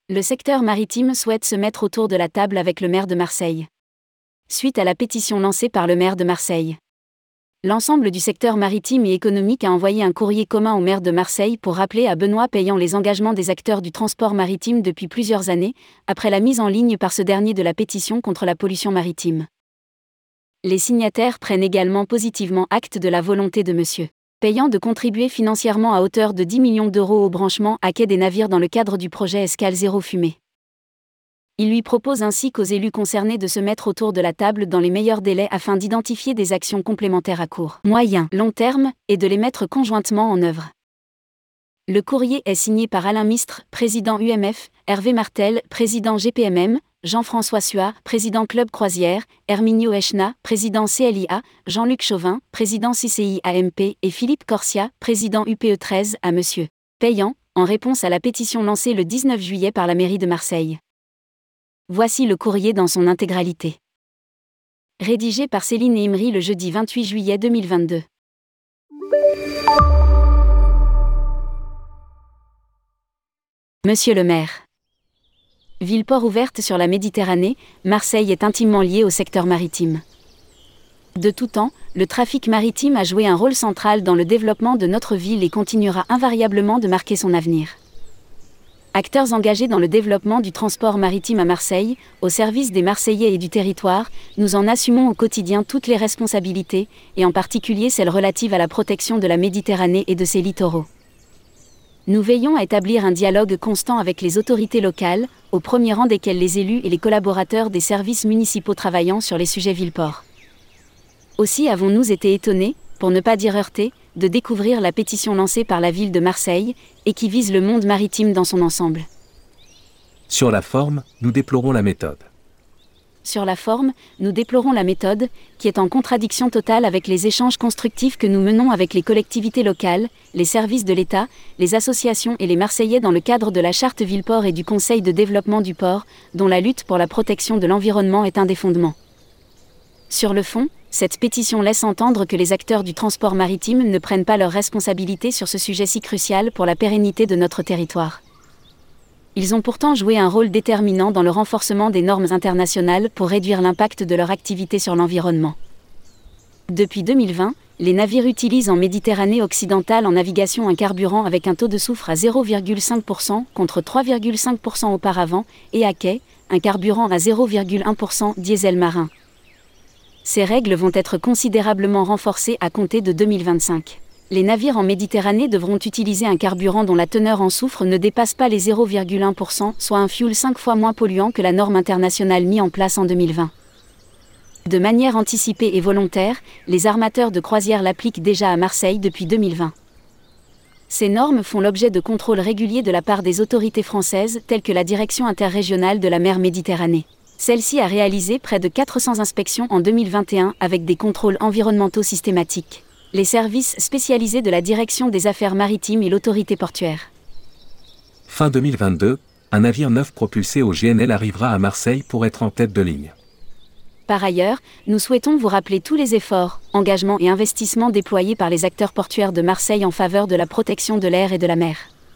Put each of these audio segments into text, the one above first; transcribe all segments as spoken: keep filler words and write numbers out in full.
Le secteur maritime souhaite se mettre autour de la table avec le maire de Marseille. Suite à la pétition lancée par le maire de Marseille. L'ensemble du secteur maritime et économique a envoyé un courrier commun au maire de Marseille pour rappeler à Benoît Payan les engagements des acteurs du transport maritime depuis plusieurs années, après la mise en ligne par ce dernier de la pétition contre la pollution maritime. Les signataires prennent également positivement acte de la volonté de M. Payan de contribuer financièrement à hauteur de dix millions d'euros au branchement à quai des navires dans le cadre du projet Escale Zéro Fumée. Il lui propose ainsi qu'aux élus concernés de se mettre autour de la table dans les meilleurs délais afin d'identifier des actions complémentaires à court, moyen, long terme, et de les mettre conjointement en œuvre. Le courrier est signé par Alain Mistre, président U M F, Hervé Martel, président G P M M, Jean-François Suard, président Club Croisière, Herminio Echna, président C L I A, Jean-Luc Chauvin, président C C I A M P et Philippe Corsia, président U P E treize, à M. Payan, en réponse à la pétition lancée le dix-neuf juillet par la mairie de Marseille. Voici le courrier dans son intégralité. Rédigé par Céline et Imri le jeudi vingt-huit juillet deux mille vingt-deux. Monsieur le maire. Ville-port ouverte sur la Méditerranée, Marseille est intimement liée au secteur maritime. De tout temps, le trafic maritime a joué un rôle central dans le développement de notre ville et continuera invariablement de marquer son avenir. Acteurs engagés dans le développement du transport maritime à Marseille, au service des Marseillais et du territoire, nous en assumons au quotidien toutes les responsabilités, et en particulier celles relatives à la protection de la Méditerranée et de ses littoraux. Nous veillons à établir un dialogue constant avec les autorités locales, au premier rang desquelles les élus et les collaborateurs des services municipaux travaillant sur les sujets ville-port. Aussi avons-nous été étonnés, pour ne pas dire heurtés, de découvrir la pétition lancée par la ville de Marseille, et qui vise le monde maritime dans son ensemble. Sur la forme, nous déplorons la méthode. Sur la forme, nous déplorons la méthode, qui est en contradiction totale avec les échanges constructifs que nous menons avec les collectivités locales, les services de l'État, les associations et les Marseillais dans le cadre de la Charte Ville-Port et du Conseil de développement du port, dont la lutte pour la protection de l'environnement est un des fondements. Sur le fond, cette pétition laisse entendre que les acteurs du transport maritime ne prennent pas leurs responsabilités sur ce sujet si crucial pour la pérennité de notre territoire. Ils ont pourtant joué un rôle déterminant dans le renforcement des normes internationales pour réduire l'impact de leur activité sur l'environnement. Depuis deux mille vingt, les navires utilisent en Méditerranée occidentale en navigation un carburant avec un taux de soufre à zéro virgule cinq pour cent contre trois virgule cinq pour cent auparavant, et à quai, un carburant à zéro virgule un pour cent diesel marin. Ces règles vont être considérablement renforcées à compter de deux mille vingt-cinq. Les navires en Méditerranée devront utiliser un carburant dont la teneur en soufre ne dépasse pas les zéro virgule un pour cent, soit un fuel cinq fois moins polluant que la norme internationale mise en place en deux mille vingt. De manière anticipée et volontaire, les armateurs de croisière l'appliquent déjà à Marseille depuis deux mille vingt. Ces normes font l'objet de contrôles réguliers de la part des autorités françaises telles que la Direction interrégionale de la mer Méditerranée. Celle-ci a réalisé près de quatre cents inspections en deux mille vingt et un avec des contrôles environnementaux systématiques. Les services spécialisés de la Direction des affaires maritimes et l'autorité portuaire. Fin deux mille vingt-deux, un navire neuf propulsé au G N L arrivera à Marseille pour être en tête de ligne. Par ailleurs, nous souhaitons vous rappeler tous les efforts, engagements et investissements déployés par les acteurs portuaires de Marseille en faveur de la protection de l'air et de la mer.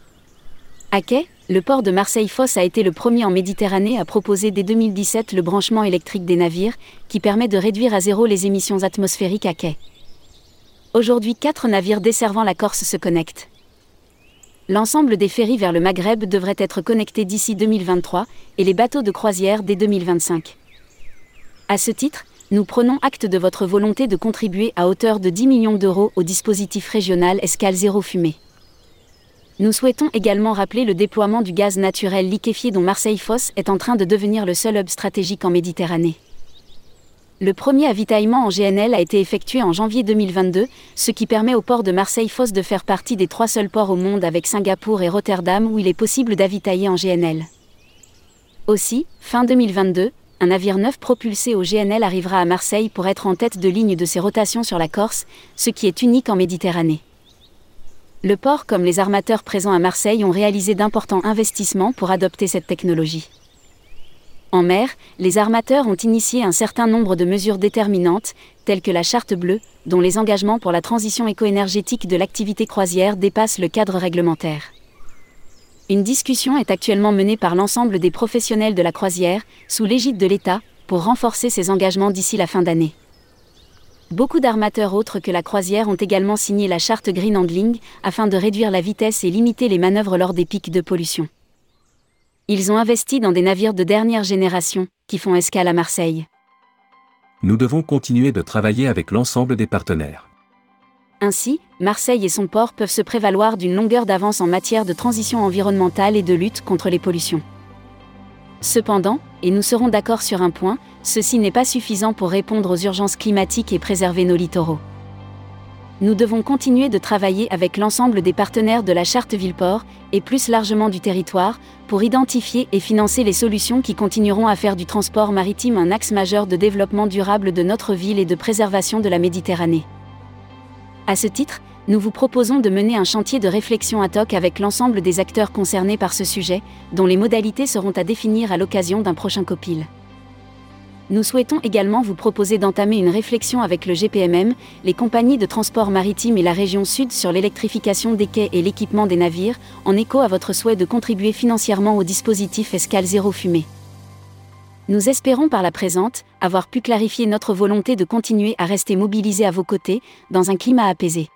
À quai, le port de Marseille-Fos a été le premier en Méditerranée à proposer dès deux mille dix-sept le branchement électrique des navires, qui permet de réduire à zéro les émissions atmosphériques à quai. Aujourd'hui, quatre navires desservant la Corse se connectent. L'ensemble des ferries vers le Maghreb devrait être connectés d'ici deux mille vingt-trois, et les bateaux de croisière dès deux mille vingt-cinq. À ce titre, nous prenons acte de votre volonté de contribuer à hauteur de dix millions d'euros au dispositif régional Escale Zéro Fumée. Nous souhaitons également rappeler le déploiement du gaz naturel liquéfié dont Marseille-Fos est en train de devenir le seul hub stratégique en Méditerranée. Le premier avitaillement en G N L a été effectué en janvier deux mille vingt-deux, ce qui permet au port de Marseille-Fos de faire partie des trois seuls ports au monde avec Singapour et Rotterdam où il est possible d'avitailler en G N L. Aussi, fin deux mille vingt-deux, un navire neuf propulsé au G N L arrivera à Marseille pour être en tête de ligne de ses rotations sur la Corse, ce qui est unique en Méditerranée. Le port comme les armateurs présents à Marseille ont réalisé d'importants investissements pour adopter cette technologie. En mer, les armateurs ont initié un certain nombre de mesures déterminantes, telles que la Charte bleue, dont les engagements pour la transition éco-énergétique de l'activité croisière dépassent le cadre réglementaire. Une discussion est actuellement menée par l'ensemble des professionnels de la croisière, sous l'égide de l'État, pour renforcer ses engagements d'ici la fin d'année. Beaucoup d'armateurs autres que la croisière ont également signé la charte Green Handling, afin de réduire la vitesse et limiter les manœuvres lors des pics de pollution. Ils ont investi dans des navires de dernière génération, qui font escale à Marseille. Nous devons continuer de travailler avec l'ensemble des partenaires. Ainsi, Marseille et son port peuvent se prévaloir d'une longueur d'avance en matière de transition environnementale et de lutte contre les pollutions. Cependant, et nous serons d'accord sur un point, ceci n'est pas suffisant pour répondre aux urgences climatiques et préserver nos littoraux. Nous devons continuer de travailler avec l'ensemble des partenaires de la Charte Ville-Port, et plus largement du territoire, pour identifier et financer les solutions qui continueront à faire du transport maritime un axe majeur de développement durable de notre ville et de préservation de la Méditerranée. À ce titre, nous vous proposons de mener un chantier de réflexion ad hoc avec l'ensemble des acteurs concernés par ce sujet, dont les modalités seront à définir à l'occasion d'un prochain COPIL. Nous souhaitons également vous proposer d'entamer une réflexion avec le G P M M, les compagnies de transport maritime et la région Sud sur l'électrification des quais et l'équipement des navires, en écho à votre souhait de contribuer financièrement au dispositif Escale Zéro Fumée. Nous espérons par la présente, avoir pu clarifier notre volonté de continuer à rester mobilisés à vos côtés, dans un climat apaisé.